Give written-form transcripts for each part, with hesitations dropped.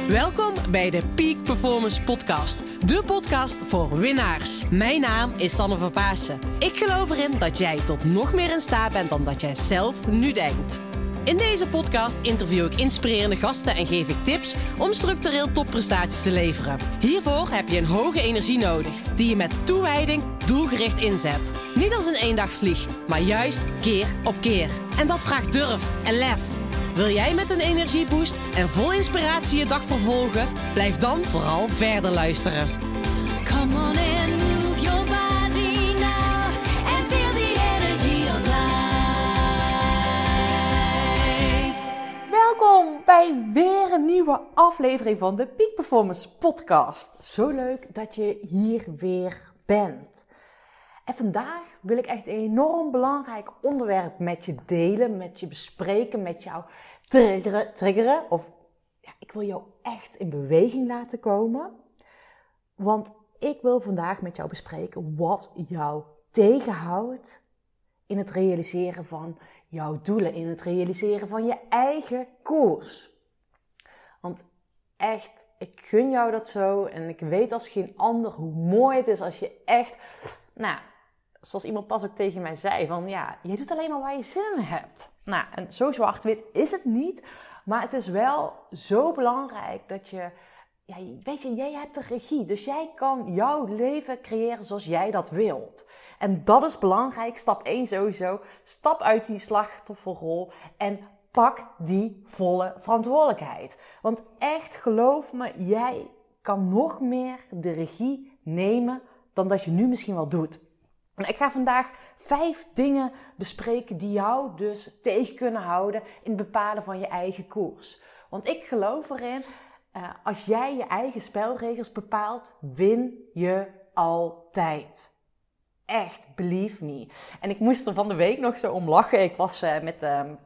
Welkom bij de Peak Performance Podcast. De podcast voor winnaars. Mijn naam is Sanne van Paassen. Ik geloof erin dat jij tot nog meer in staat bent dan dat jij zelf nu denkt. In deze podcast interview ik inspirerende gasten en geef ik tips om structureel topprestaties te leveren. Hiervoor heb je een hoge energie nodig, die je met toewijding doelgericht inzet. Niet als een eendagsvlieg, maar juist keer op keer. En dat vraagt durf en lef. Wil jij met een energieboost en vol inspiratie je dag vervolgen? Blijf dan vooral verder luisteren. Come on and move your body now and feel the energy of life. Welkom bij weer een nieuwe aflevering van de Peak Performance Podcast. Zo leuk dat je hier weer bent. En vandaag wil ik echt een enorm belangrijk onderwerp met je delen, met je bespreken, met jou triggeren. Of ja, ik wil jou echt in beweging laten komen. Want ik wil vandaag met jou bespreken wat jou tegenhoudt in het realiseren van jouw doelen, in het realiseren van je eigen koers. Want echt, ik gun jou dat zo en ik weet als geen ander hoe mooi het is als je echt, zoals iemand pas ook tegen mij zei, van ja, je doet alleen maar waar je zin in hebt. Nou, en zo zwart-wit is het niet, maar het is wel zo belangrijk dat je, ja, weet je, jij hebt de regie, dus jij kan jouw leven creëren zoals jij dat wilt. En dat is belangrijk, stap 1 sowieso, stap uit die slachtofferrol en pak die volle verantwoordelijkheid. Want echt, geloof me, jij kan nog meer de regie nemen dan dat je nu misschien wel doet. Ik ga vandaag 5 dingen bespreken die jou dus tegen kunnen houden in het bepalen van je eigen koers. Want ik geloof erin, als jij je eigen spelregels bepaalt, win je altijd. Echt, believe me. En ik moest er van de week nog zo om lachen. Ik was met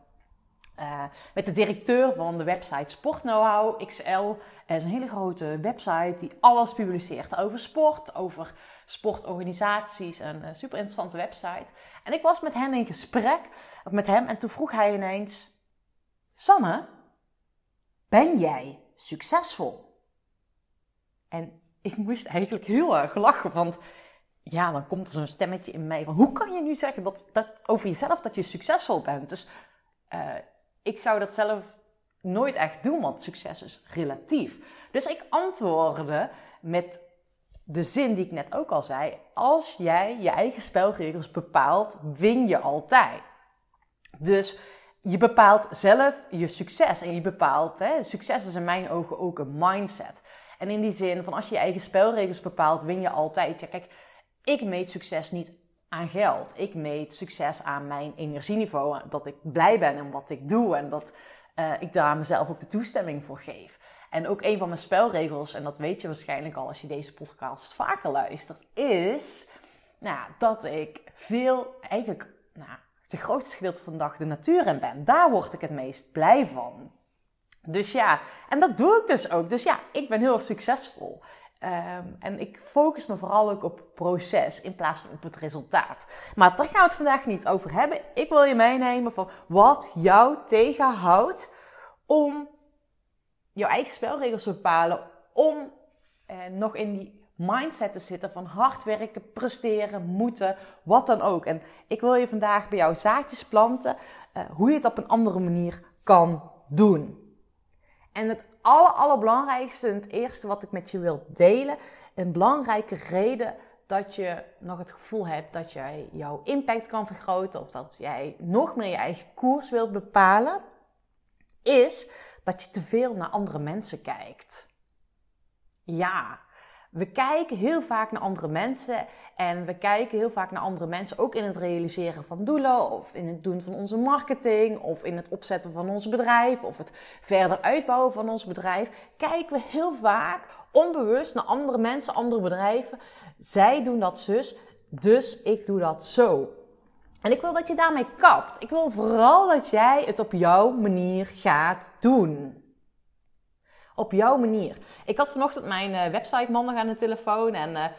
de directeur van de website Sport Know-how XL. Dat is een hele grote website die alles publiceert over sport, over sportorganisaties. Een super interessante website. En ik was met hen in gesprek, of met hem, en toen vroeg hij ineens: Sanne, ben jij succesvol? En ik moest eigenlijk heel erg lachen, want ja, dan komt er zo'n stemmetje in mij van: hoe kan je nu zeggen dat over jezelf dat je succesvol bent? Dus ik zou dat zelf nooit echt doen, want succes is relatief. Dus ik antwoordde met de zin die ik net ook al zei: als jij je eigen spelregels bepaalt, win je altijd. Dus je bepaalt zelf je succes. En je bepaalt, succes is in mijn ogen ook een mindset. En in die zin van als je je eigen spelregels bepaalt, win je altijd. Ja, kijk, ik meet succes niet aan geld. Ik meet succes aan mijn energieniveau. Dat ik blij ben in wat ik doe. En dat ik daar mezelf ook de toestemming voor geef. En ook een van mijn spelregels, en dat weet je waarschijnlijk al als je deze podcast vaker luistert, is dat ik het grootste gedeelte van de dag de natuur in ben. Daar word ik het meest blij van. Dus ja, en dat doe ik dus ook. Dus ja, ik ben heel succesvol. En ik focus me vooral ook op het proces in plaats van op het resultaat. Maar daar gaan we het vandaag niet over hebben. Ik wil je meenemen van wat jou tegenhoudt om jouw eigen spelregels te bepalen. Om nog in die mindset te zitten van hard werken, presteren, moeten, wat dan ook. En ik wil je vandaag bij jou zaadjes planten hoe je het op een andere manier kan doen. En het allerbelangrijkste en het eerste wat ik met je wil delen, een belangrijke reden dat je nog het gevoel hebt dat jij jouw impact kan vergroten of dat jij nog meer je eigen koers wilt bepalen, is dat je te veel naar andere mensen kijkt. Ja, we kijken heel vaak naar andere mensen en we kijken heel vaak naar andere mensen ook in het realiseren van doelen of in het doen van onze marketing of in het opzetten van ons bedrijf of het verder uitbouwen van ons bedrijf. Kijken we heel vaak onbewust naar andere mensen, andere bedrijven. Zij doen dat zus, dus ik doe dat zo. En ik wil dat je daarmee kapt. Ik wil vooral dat jij het op jouw manier gaat doen. Op jouw manier. Ik had vanochtend mijn website-man nog aan de telefoon en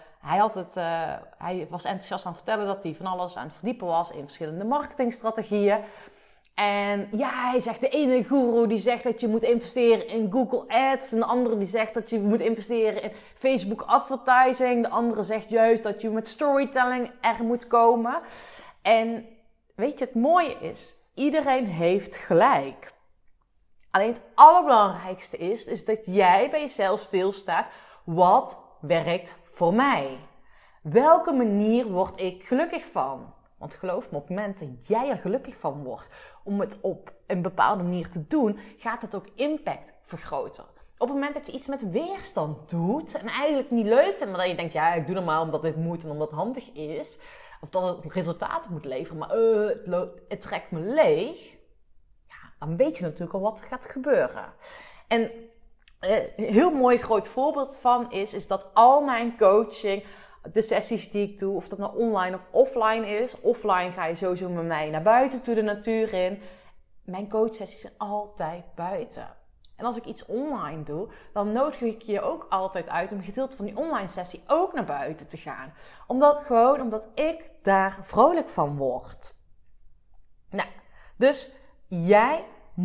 hij was enthousiast aan het vertellen dat hij van alles aan het verdiepen was in verschillende marketingstrategieën. En ja, hij zegt, de ene guru die zegt dat je moet investeren in Google Ads. En de andere die zegt dat je moet investeren in Facebook advertising. De andere zegt juist dat je met storytelling er moet komen. En weet je, het mooie is, iedereen heeft gelijk. Alleen het allerbelangrijkste is dat jij bij jezelf stilstaat. Wat werkt voor mij? Welke manier word ik gelukkig van? Want geloof me, op het moment dat jij er gelukkig van wordt om het op een bepaalde manier te doen, gaat het ook impact vergroten. Op het moment dat je iets met weerstand doet en eigenlijk niet leuk vindt, maar dat je denkt, ja, ik doe het maar omdat dit moet en omdat het handig is, of dat het resultaten moet leveren, maar het trekt me leeg, ja, dan weet je natuurlijk al wat er gaat gebeuren. En een heel mooi groot voorbeeld van is dat al mijn coaching, de sessies die ik doe, of dat nou online of offline is. Offline ga je sowieso met mij naar buiten toe, de natuur in. Mijn coachsessies zijn altijd buiten. En als ik iets online doe, dan nodig ik je ook altijd uit om een gedeelte van die online sessie ook naar buiten te gaan. Omdat ik daar vrolijk van word. Nou, dus jij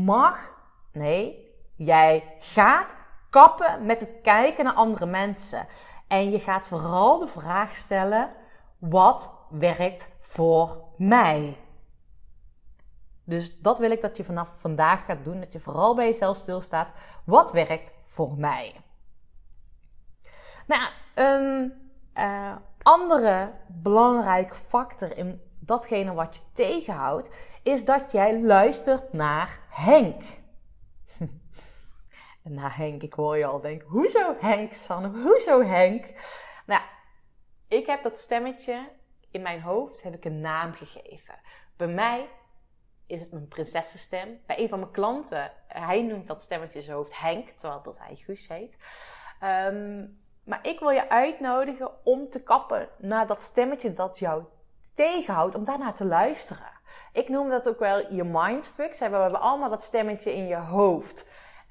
gaat kappen met het kijken naar andere mensen. En je gaat vooral de vraag stellen, wat werkt voor mij? Dus dat wil ik dat je vanaf vandaag gaat doen. Dat je vooral bij jezelf stilstaat. Wat werkt voor mij? Nou, een andere belangrijke factor in datgene wat je tegenhoudt, is dat jij luistert naar Henk. Nou Henk, ik hoor je al denken, hoezo Henk, Sanne, hoezo Henk? Nou, ik heb dat stemmetje in mijn hoofd, heb ik een naam gegeven. Bij mij is het mijn prinsessenstem. Bij een van mijn klanten, hij noemt dat stemmetje in zijn hoofd Henk, terwijl dat hij Guus heet. Maar ik wil je uitnodigen om te kappen naar dat stemmetje dat jou tegenhoudt, om daarnaar te luisteren. Ik noem dat ook wel je mindfucks. We hebben allemaal dat stemmetje in je hoofd.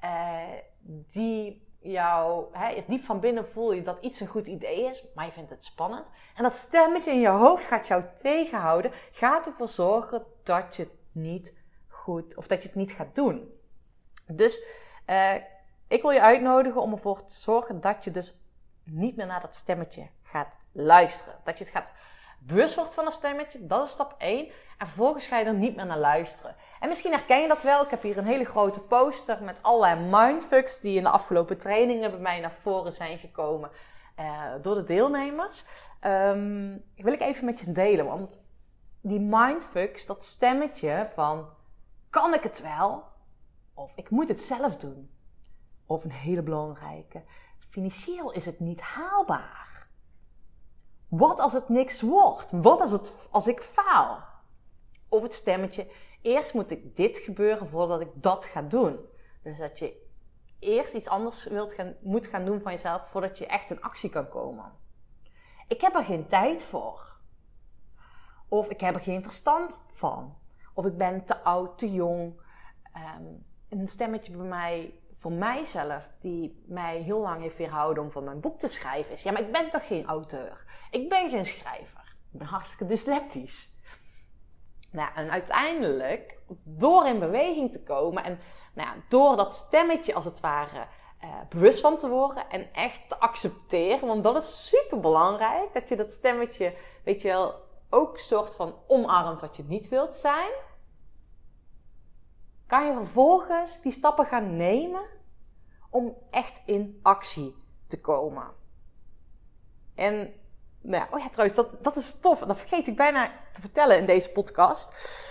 Die jou, diep van binnen voel je dat iets een goed idee is, maar je vindt het spannend. En dat stemmetje in je hoofd gaat jou tegenhouden, gaat ervoor zorgen dat je het niet goed, of dat je het niet gaat doen. Dus ik wil je uitnodigen om ervoor te zorgen dat je dus niet meer naar dat stemmetje gaat luisteren. Dat je het gaat bewust wordt van een stemmetje, dat is stap 1. En vervolgens ga je er niet meer naar luisteren. En misschien herken je dat wel. Ik heb hier een hele grote poster met allerlei mindfucks die in de afgelopen trainingen bij mij naar voren zijn gekomen door de deelnemers. Wil ik even met je delen, want die mindfucks, dat stemmetje van kan ik het wel? Of ik moet het zelf doen. Of een hele belangrijke, financieel is het niet haalbaar. Wat als het niks wordt? Wat als ik faal? Of het stemmetje, eerst moet ik dit gebeuren voordat ik dat ga doen. Dus dat je eerst iets anders moet gaan doen van jezelf voordat je echt in actie kan komen. Ik heb er geen tijd voor. Of ik heb er geen verstand van. Of ik ben te oud, te jong. Een stemmetje bij mij, voor mijzelf, die mij heel lang heeft weerhouden om van mijn boek te schrijven is. Ja, maar ik ben toch geen auteur? Ik ben geen schrijver. Ik ben hartstikke dyslectisch. Nou, en uiteindelijk, door in beweging te komen en door dat stemmetje als het ware bewust van te worden en echt te accepteren, want dat is super belangrijk, dat je dat stemmetje, weet je wel, ook soort van omarmt wat je niet wilt zijn, kan je vervolgens die stappen gaan nemen om echt in actie te komen. En trouwens, dat is tof. Dat vergeet ik bijna te vertellen in deze podcast.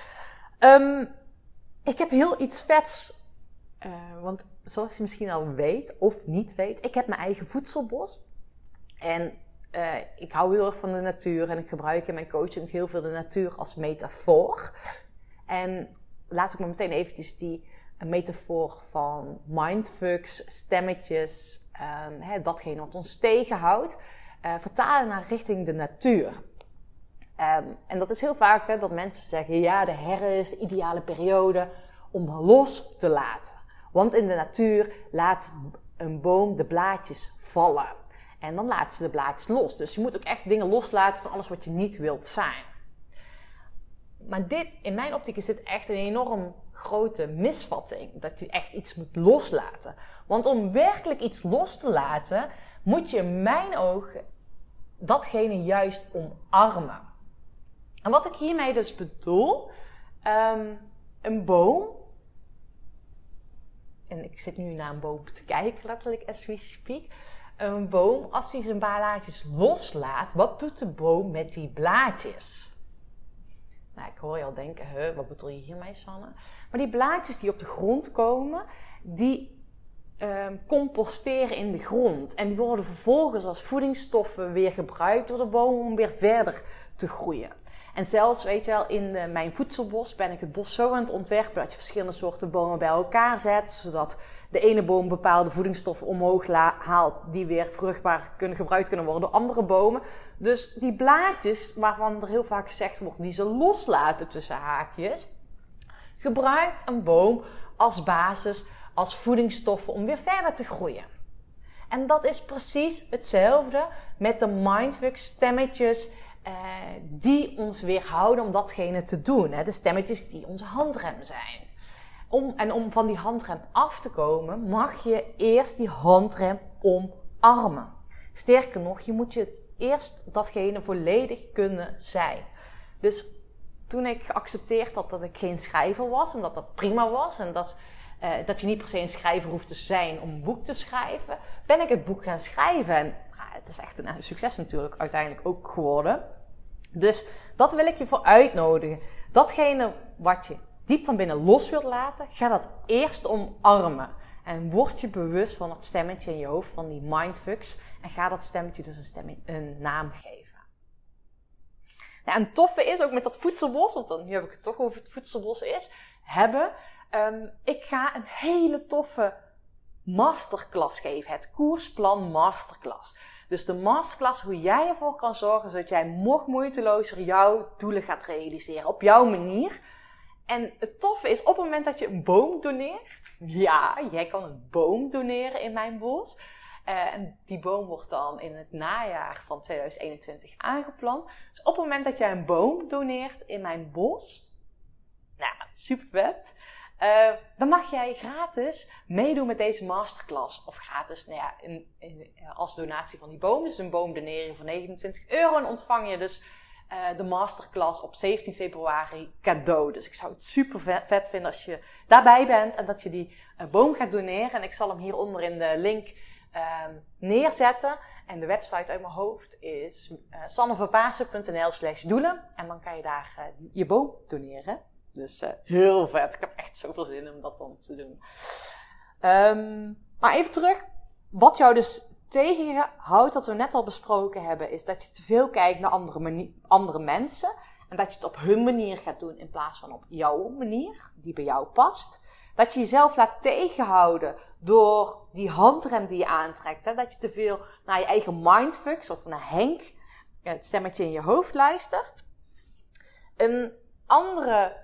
Ik heb heel iets vets. Want zoals je misschien al weet of niet weet, ik heb mijn eigen voedselbos. En ik hou heel erg van de natuur. En ik gebruik in mijn coaching heel veel de natuur als metafoor. En laat ik maar meteen eventjes die metafoor van mindfucks, stemmetjes, datgene wat ons tegenhoudt, vertalen naar richting de natuur. En dat is heel vaak dat mensen zeggen, ja, de herfst is de ideale periode om los te laten. Want in de natuur laat een boom de blaadjes vallen. En dan laat ze de blaadjes los. Dus je moet ook echt dingen loslaten van alles wat je niet wilt zijn. Maar in mijn optiek is dit echt een enorm grote misvatting. Dat je echt iets moet loslaten. Want om werkelijk iets los te laten, moet je in mijn ogen datgene juist omarmen. En wat ik hiermee dus bedoel, een boom, en ik zit nu naar een boom te kijken, letterlijk as we speak. Een boom, als hij zijn blaadjes loslaat, wat doet de boom met die blaadjes? Nou, ik hoor je al denken, wat bedoel je hiermee, Sanne? Maar die blaadjes die op de grond komen, die composteren in de grond. En die worden vervolgens als voedingsstoffen weer gebruikt door de boom om weer verder te groeien. En zelfs, weet je wel, in mijn voedselbos ben ik het bos zo aan het ontwerpen dat je verschillende soorten bomen bij elkaar zet, zodat de ene boom bepaalde voedingsstoffen omhoog haalt die weer vruchtbaar gebruikt kunnen worden door andere bomen. Dus die blaadjes, waarvan er heel vaak gezegd wordt, die ze loslaten tussen haakjes, gebruikt een boom als basis, als voedingsstoffen om weer verder te groeien. En dat is precies hetzelfde met de mindfuck stemmetjes die ons weerhouden om datgene te doen. Hè? De stemmetjes die onze handrem zijn. Om van die handrem af te komen, mag je eerst die handrem omarmen. Sterker nog, je moet je eerst datgene volledig kunnen zijn. Dus toen ik geaccepteerd had dat ik geen schrijver was en dat prima was en dat je niet per se een schrijver hoeft te zijn om een boek te schrijven, ben ik het boek gaan schrijven. En het is echt een succes natuurlijk uiteindelijk ook geworden. Dus dat wil ik je voor uitnodigen. Datgene wat je diep van binnen los wilt laten, ga dat eerst omarmen. En word je bewust van dat stemmetje in je hoofd, van die mindfucks. En ga dat stemmetje dus een naam geven. Nou, en het toffe is ook met dat voedselbos, want nu heb ik het toch over het voedselbos ik ga een hele toffe masterclass geven. Het koersplan masterclass. Dus de masterclass hoe jij ervoor kan zorgen zodat jij nog moeitelozer jouw doelen gaat realiseren. Op jouw manier. En het toffe is, op het moment dat je een boom doneert. Ja, jij kan een boom doneren in mijn bos. En die boom wordt dan in het najaar van 2021 aangeplant. Dus op het moment dat jij een boom doneert in mijn bos. Nou, super vet. Dan mag jij gratis meedoen met deze masterclass. Of gratis, als donatie van die boom. Dus een boom doneer je voor €29 en ontvang je dus de masterclass op 17 februari cadeau. Dus ik zou het super vet vinden als je daarbij bent en dat je die boom gaat doneren. En ik zal hem hieronder in de link neerzetten. En de website uit mijn hoofd is sanneverpaasen.nl/doelen. En dan kan je daar je boom doneren. Dus heel vet. Ik heb echt zoveel zin om dat dan te doen. Maar even terug. Wat jou dus tegenhoudt, wat we net al besproken hebben, is dat je te veel kijkt naar andere mensen. En dat je het op hun manier gaat doen in plaats van op jouw manier, die bij jou past. Dat je jezelf laat tegenhouden door die handrem die je aantrekt. Hè? Dat je te veel naar je eigen mindfucks of naar Henk, het stemmetje in je hoofd, luistert. Een andere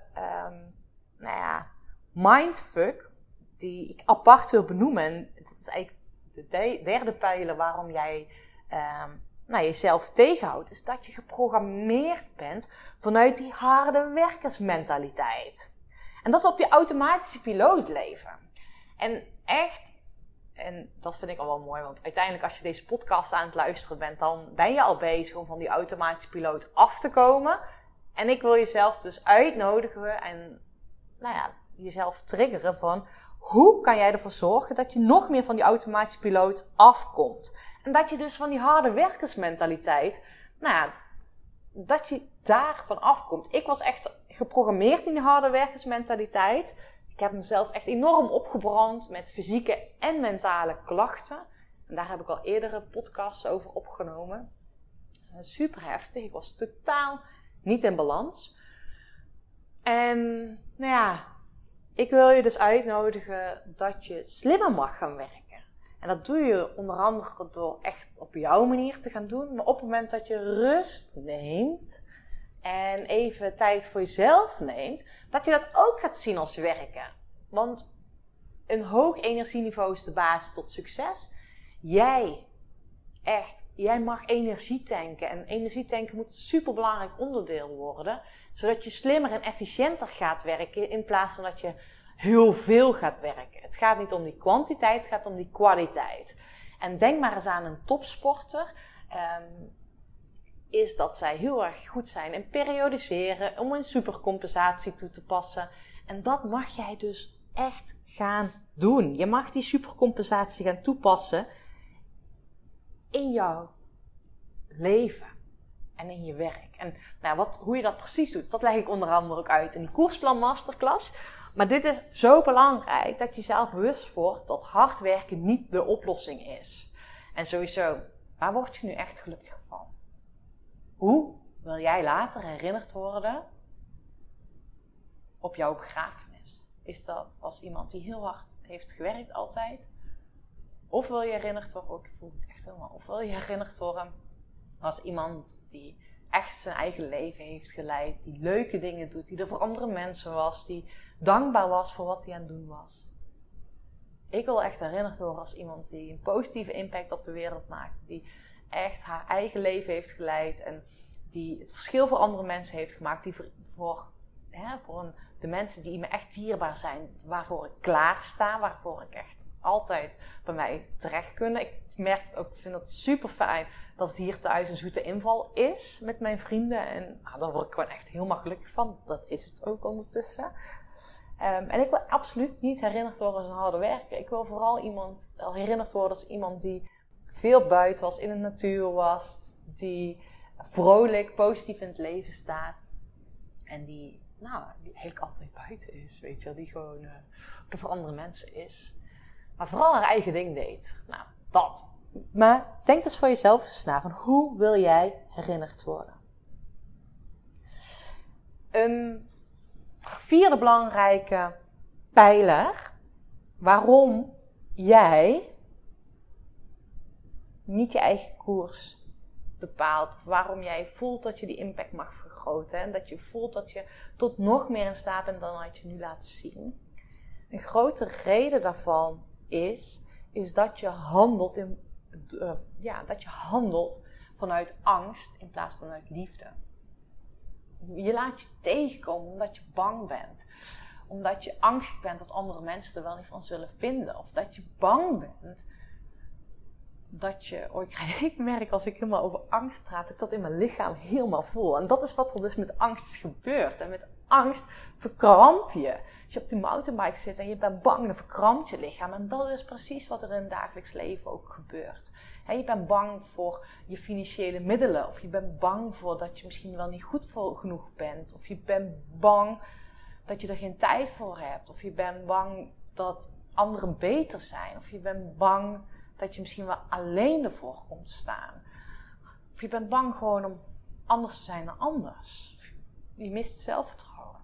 mindfuck die ik apart wil benoemen, en dat is eigenlijk de derde pijler waarom jij jezelf tegenhoudt, is dat je geprogrammeerd bent vanuit die harde werkersmentaliteit. En dat is op die automatische piloot leven. En echt, en dat vind ik al wel mooi, want uiteindelijk als je deze podcast aan het luisteren bent, dan ben je al bezig om van die automatische piloot af te komen. En ik wil jezelf dus uitnodigen en jezelf triggeren van hoe kan jij ervoor zorgen dat je nog meer van die automatische piloot afkomt. En dat je dus van die harde werkersmentaliteit, dat je daarvan afkomt. Ik was echt geprogrammeerd in die harde werkersmentaliteit. Ik heb mezelf echt enorm opgebrand met fysieke en mentale klachten. En daar heb ik al eerdere podcasts over opgenomen. Super heftig. Ik was totaal niet in balans. En ik wil je dus uitnodigen dat je slimmer mag gaan werken. En dat doe je onder andere door echt op jouw manier te gaan doen. Maar op het moment dat je rust neemt en even tijd voor jezelf neemt, dat je dat ook gaat zien als werken. Want een hoog energieniveau is de basis tot succes. Jij echt, jij mag energie tanken. En energie tanken moet een superbelangrijk onderdeel worden. Zodat je slimmer en efficiënter gaat werken in plaats van dat je heel veel gaat werken. Het gaat niet om die kwantiteit, het gaat om die kwaliteit. En denk maar eens aan een topsporter. Is dat zij heel erg goed zijn in periodiseren, om een supercompensatie toe te passen. En dat mag jij dus echt gaan doen. Je mag die supercompensatie gaan toepassen in jouw leven en in je werk. En hoe je dat precies doet, dat leg ik onder andere ook uit in die Koersplan Masterclass. Maar dit is zo belangrijk dat je zelf bewust wordt dat hard werken niet de oplossing is. En sowieso, waar word je nu echt gelukkig van? Hoe wil jij later herinnerd worden op jouw begrafenis? Is dat als iemand die heel hard heeft gewerkt altijd? Of wil je herinnerd worden, ik voel het echt helemaal, of wil je herinnerd worden als iemand die echt zijn eigen leven heeft geleid, die leuke dingen doet, die er voor andere mensen was, die dankbaar was voor wat hij aan het doen was. Ik wil echt herinnerd worden als iemand die een positieve impact op de wereld maakt, die echt haar eigen leven heeft geleid en die het verschil voor andere mensen heeft gemaakt, die voor de mensen die me echt dierbaar zijn, waarvoor ik klaar sta, waarvoor ik echt altijd bij mij terecht kunnen. Ik merk het ook, ik vind het super fijn dat het hier thuis een zoete inval is met mijn vrienden. En daar word ik gewoon echt helemaal gelukkig van. Dat is het ook ondertussen. En ik wil absoluut niet herinnerd worden als een harde werker. Ik wil vooral herinnerd worden als iemand die veel buiten was, in de natuur was. Die vrolijk, positief in het leven staat. En die eigenlijk altijd buiten is, weet je wel. Die gewoon er voor andere mensen is. Maar vooral haar eigen ding deed. Nou, dat. Maar denk dus voor jezelf eens na. Van hoe wil jij herinnerd worden? Een vierde belangrijke pijler. Waarom jij niet je eigen koers bepaalt. Of waarom jij voelt dat je die impact mag vergroten. En dat je voelt dat je tot nog meer in staat bent dan wat je nu laat zien. Een grote reden daarvan is dat je handelt vanuit angst in plaats van vanuit liefde. Je laat je tegenkomen omdat je bang bent. Omdat je angstig bent dat andere mensen er wel niet van zullen vinden. Of dat je bang bent dat je... ik merk als ik helemaal over angst praat, dat ik dat in mijn lichaam helemaal voel. En dat is wat er dus met angst gebeurt. En met angst verkramp je. Als je op die mountainbike zit en je bent bang, dan verkrampt je lichaam. En dat is precies wat er in het dagelijks leven ook gebeurt. Je bent bang voor je financiële middelen. Of je bent bang voor dat je misschien wel niet goed genoeg bent. Of je bent bang dat je er geen tijd voor hebt. Of je bent bang dat anderen beter zijn. Of je bent bang dat je misschien wel alleen ervoor komt staan. Of je bent bang gewoon om anders te zijn dan anders. Je mist zelfvertrouwen.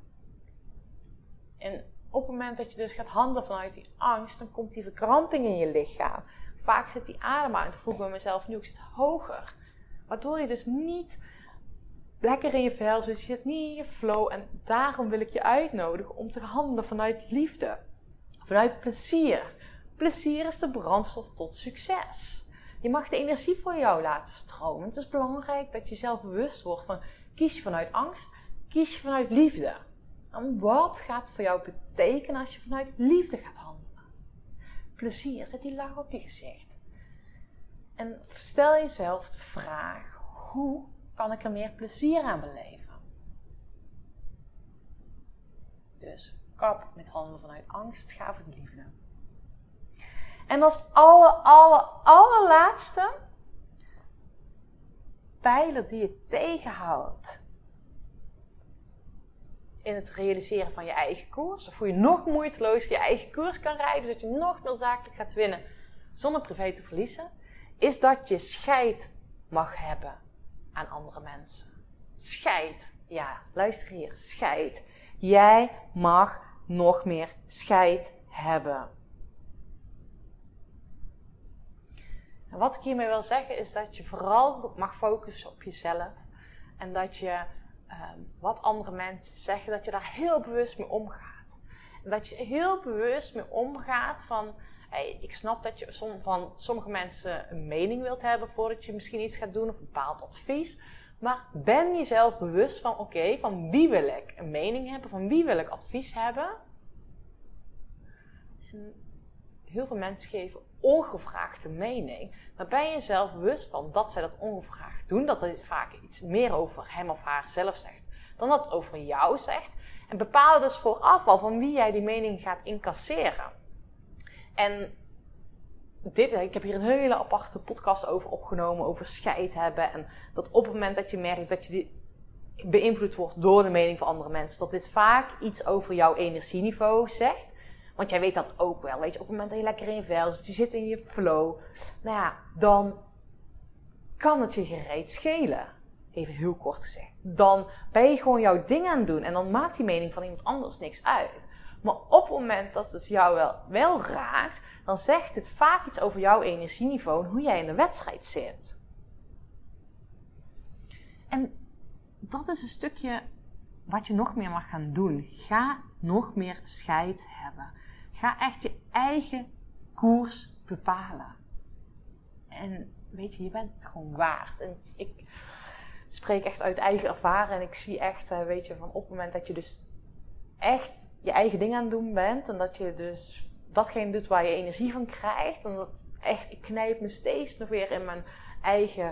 En op het moment dat je dus gaat handelen vanuit die angst, dan komt die verkramping in je lichaam. Vaak zit die adem uit. Dan voel ik bij mezelf nu, ik zit hoger. Waardoor je dus niet lekker in je vel zit. Je zit niet in je flow. En daarom wil ik je uitnodigen om te handelen vanuit liefde. Vanuit plezier. Plezier is de brandstof tot succes. Je mag de energie voor jou laten stromen. Het is belangrijk dat je zelf bewust wordt van, kies je vanuit angst, kies je vanuit liefde. En wat gaat voor jou betekenen als je vanuit liefde gaat handelen? Plezier, zet die lach op je gezicht. En stel jezelf de vraag, hoe kan ik er meer plezier aan beleven? Dus kap met handelen vanuit angst, ga voor de liefde. En als allerlaatste pijler die je tegenhoudt in het realiseren van je eigen koers, of hoe je nog moeiteloos je eigen koers kan rijden, zodat je nog meer zakelijk gaat winnen zonder privé te verliezen, is dat je scheid mag hebben aan andere mensen. Scheid, ja, luister hier, scheid. Jij mag nog meer scheid hebben. En wat ik hiermee wil zeggen is dat je vooral mag focussen op jezelf. En dat je wat andere mensen zeggen, dat je daar heel bewust mee omgaat. En dat je heel bewust mee omgaat van Ik snap dat je van sommige mensen een mening wilt hebben voordat je misschien iets gaat doen of een bepaald advies. Maar ben jezelf bewust van, oké, van wie wil ik een mening hebben, van wie wil ik advies hebben? En heel veel mensen geven ongevraagde mening. Maar ben je jezelf bewust van dat zij dat ongevraagd doen, dat het vaak iets meer over hem of haar zelf zegt dan dat het over jou zegt. En bepaal dus vooraf al van wie jij die mening gaat incasseren. En ik heb hier een hele aparte podcast over opgenomen, over scheid hebben. En dat op het moment dat je merkt dat je die beïnvloed wordt door de mening van andere mensen, dat dit vaak iets over jouw energieniveau zegt. Want jij weet dat ook wel, weet je. Op het moment dat je lekker in je vel zit, je zit in je flow. Nou ja, dan kan het je gereed schelen. Even heel kort gezegd. Dan ben je gewoon jouw ding aan het doen. En dan maakt die mening van iemand anders niks uit. Maar op het moment dat het jou wel raakt, dan zegt dit vaak iets over jouw energieniveau en hoe jij in de wedstrijd zit. En dat is een stukje wat je nog meer mag gaan doen. Ga nog meer scheid hebben. Ga echt je eigen koers bepalen. En weet je bent het gewoon waard. En ik spreek echt uit eigen ervaring. En ik zie echt, van op het moment dat je dus echt je eigen ding aan het doen bent. En dat je dus datgene doet waar je energie van krijgt. En dat echt, ik knijp me steeds nog weer in mijn eigen,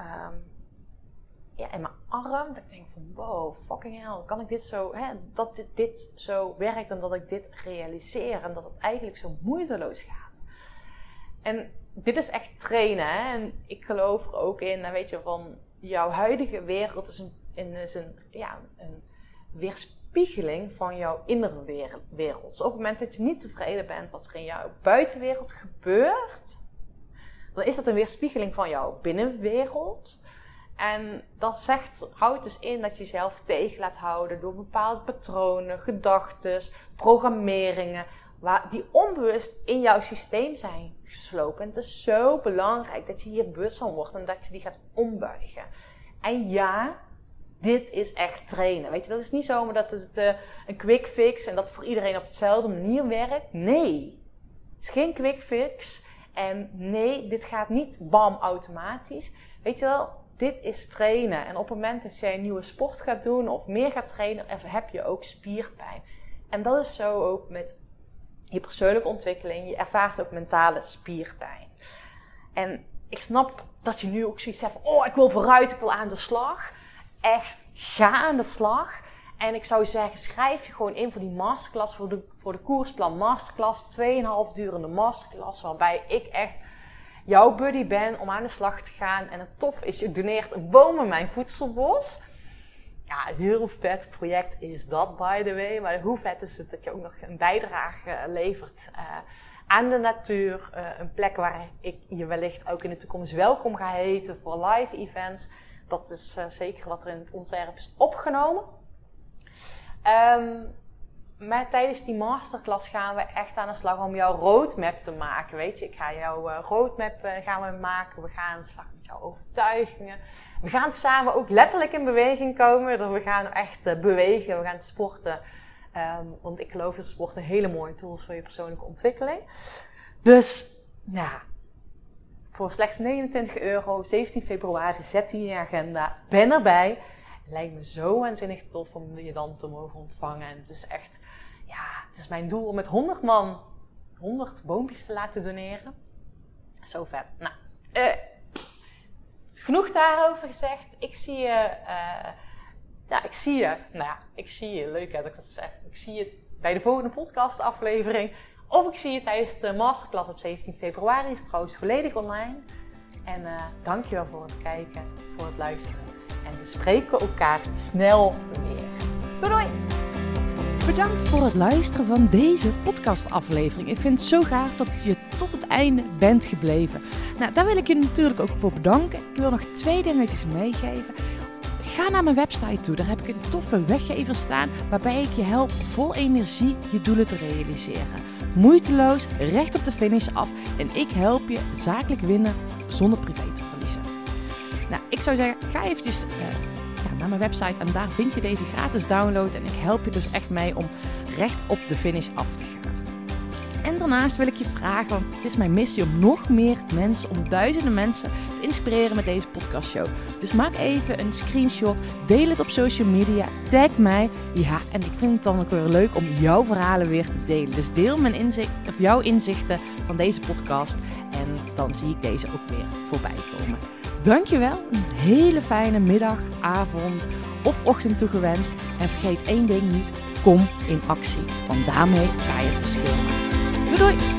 in mijn arm. Dat ik denk van, wow, fucking hell. Kan ik dit zo, dat dit zo werkt en dat ik dit realiseer. En dat het eigenlijk zo moeiteloos gaat. En dit is echt trainen, hè. En ik geloof er ook in, van jouw huidige wereld is een weerspiegeling van jouw innere wereld. Dus op het moment dat je niet tevreden bent wat er in jouw buitenwereld gebeurt, dan is dat een weerspiegeling van jouw binnenwereld. En dat houdt dus in dat je jezelf tegen laat houden door bepaalde patronen, gedachten, programmeringen, die onbewust in jouw systeem zijn geslopen. En het is zo belangrijk dat je hier bewust van wordt en dat je die gaat ombuigen. En ja, dit is echt trainen. Weet je, dat is niet zomaar dat het een quick fix en dat voor iedereen op dezelfde manier werkt. Nee, het is geen quick fix. En nee, dit gaat niet bam automatisch. Weet je wel, dit is trainen. En op het moment dat jij een nieuwe sport gaat doen of meer gaat trainen, heb je ook spierpijn. En dat is zo ook met je persoonlijke ontwikkeling. Je ervaart ook mentale spierpijn. En ik snap dat je nu ook zoiets hebt van, ik wil vooruit, ik wil aan de slag. Echt, ga aan de slag. En ik zou zeggen, schrijf je gewoon in voor die masterclass, voor de koersplan masterclass. 2,5 durende masterclass, waarbij ik echt jouw buddy ben om aan de slag te gaan. En het tof is, je doneert een boom in mijn voedselbos. Ja, een heel vet project is dat, by the way. Maar hoe vet is het dat je ook nog een bijdrage levert aan de natuur. Een plek waar ik je wellicht ook in de toekomst welkom ga heten voor live events. Dat is zeker wat er in het ontwerp is opgenomen. Maar tijdens die masterclass gaan we echt aan de slag om jouw roadmap te maken. Weet je, ik ga jouw roadmap gaan we maken. We gaan aan de slag met jouw overtuigingen. We gaan samen ook letterlijk in beweging komen. We gaan echt bewegen. We gaan sporten. Want ik geloof dat sport een hele mooie tool is voor je persoonlijke ontwikkeling. Dus, ja, voor slechts €29, 17 februari, zet die in je agenda. Ben erbij. Het lijkt me zo waanzinnig tof om je dan te mogen ontvangen. En het is echt, het is mijn doel om met 100 man 100 boompjes te laten doneren. Zo vet. Nou, genoeg daarover gezegd. Ik zie je. Leuk hè, dat ik dat zeg. Ik zie je bij de volgende podcast aflevering. Of ik zie je tijdens de masterclass op 17 februari. Is trouwens volledig online. En dankjewel voor het kijken, voor het luisteren. En we spreken elkaar snel weer. Doei doei! Bedankt voor het luisteren van deze podcastaflevering. Ik vind het zo gaaf dat je tot het einde bent gebleven. Nou, daar wil ik je natuurlijk ook voor bedanken. Ik wil nog 2 dingetjes meegeven. Ga naar mijn website toe. Daar heb ik een toffe weggever staan waarbij ik je help vol energie je doelen te realiseren. Moeiteloos, recht op de finish af. En ik help je zakelijk winnen zonder privé te verliezen. Nou, ik zou zeggen, ga eventjes naar mijn website en daar vind je deze gratis download. En ik help je dus echt mee om recht op de finish af te gaan. En daarnaast wil ik je vragen, want het is mijn missie om nog meer mensen, om duizenden mensen te inspireren met deze podcastshow. Dus maak even een screenshot, deel het op social media, tag mij. Ja, en ik vind het dan ook weer leuk om jouw verhalen weer te delen. Dus deel jouw inzichten van deze podcast en dan zie ik deze ook weer voorbij komen. Dankjewel, een hele fijne middag, avond of ochtend toegewenst. En vergeet één ding niet, kom in actie, want daarmee ga je het verschil maken. Doei doei!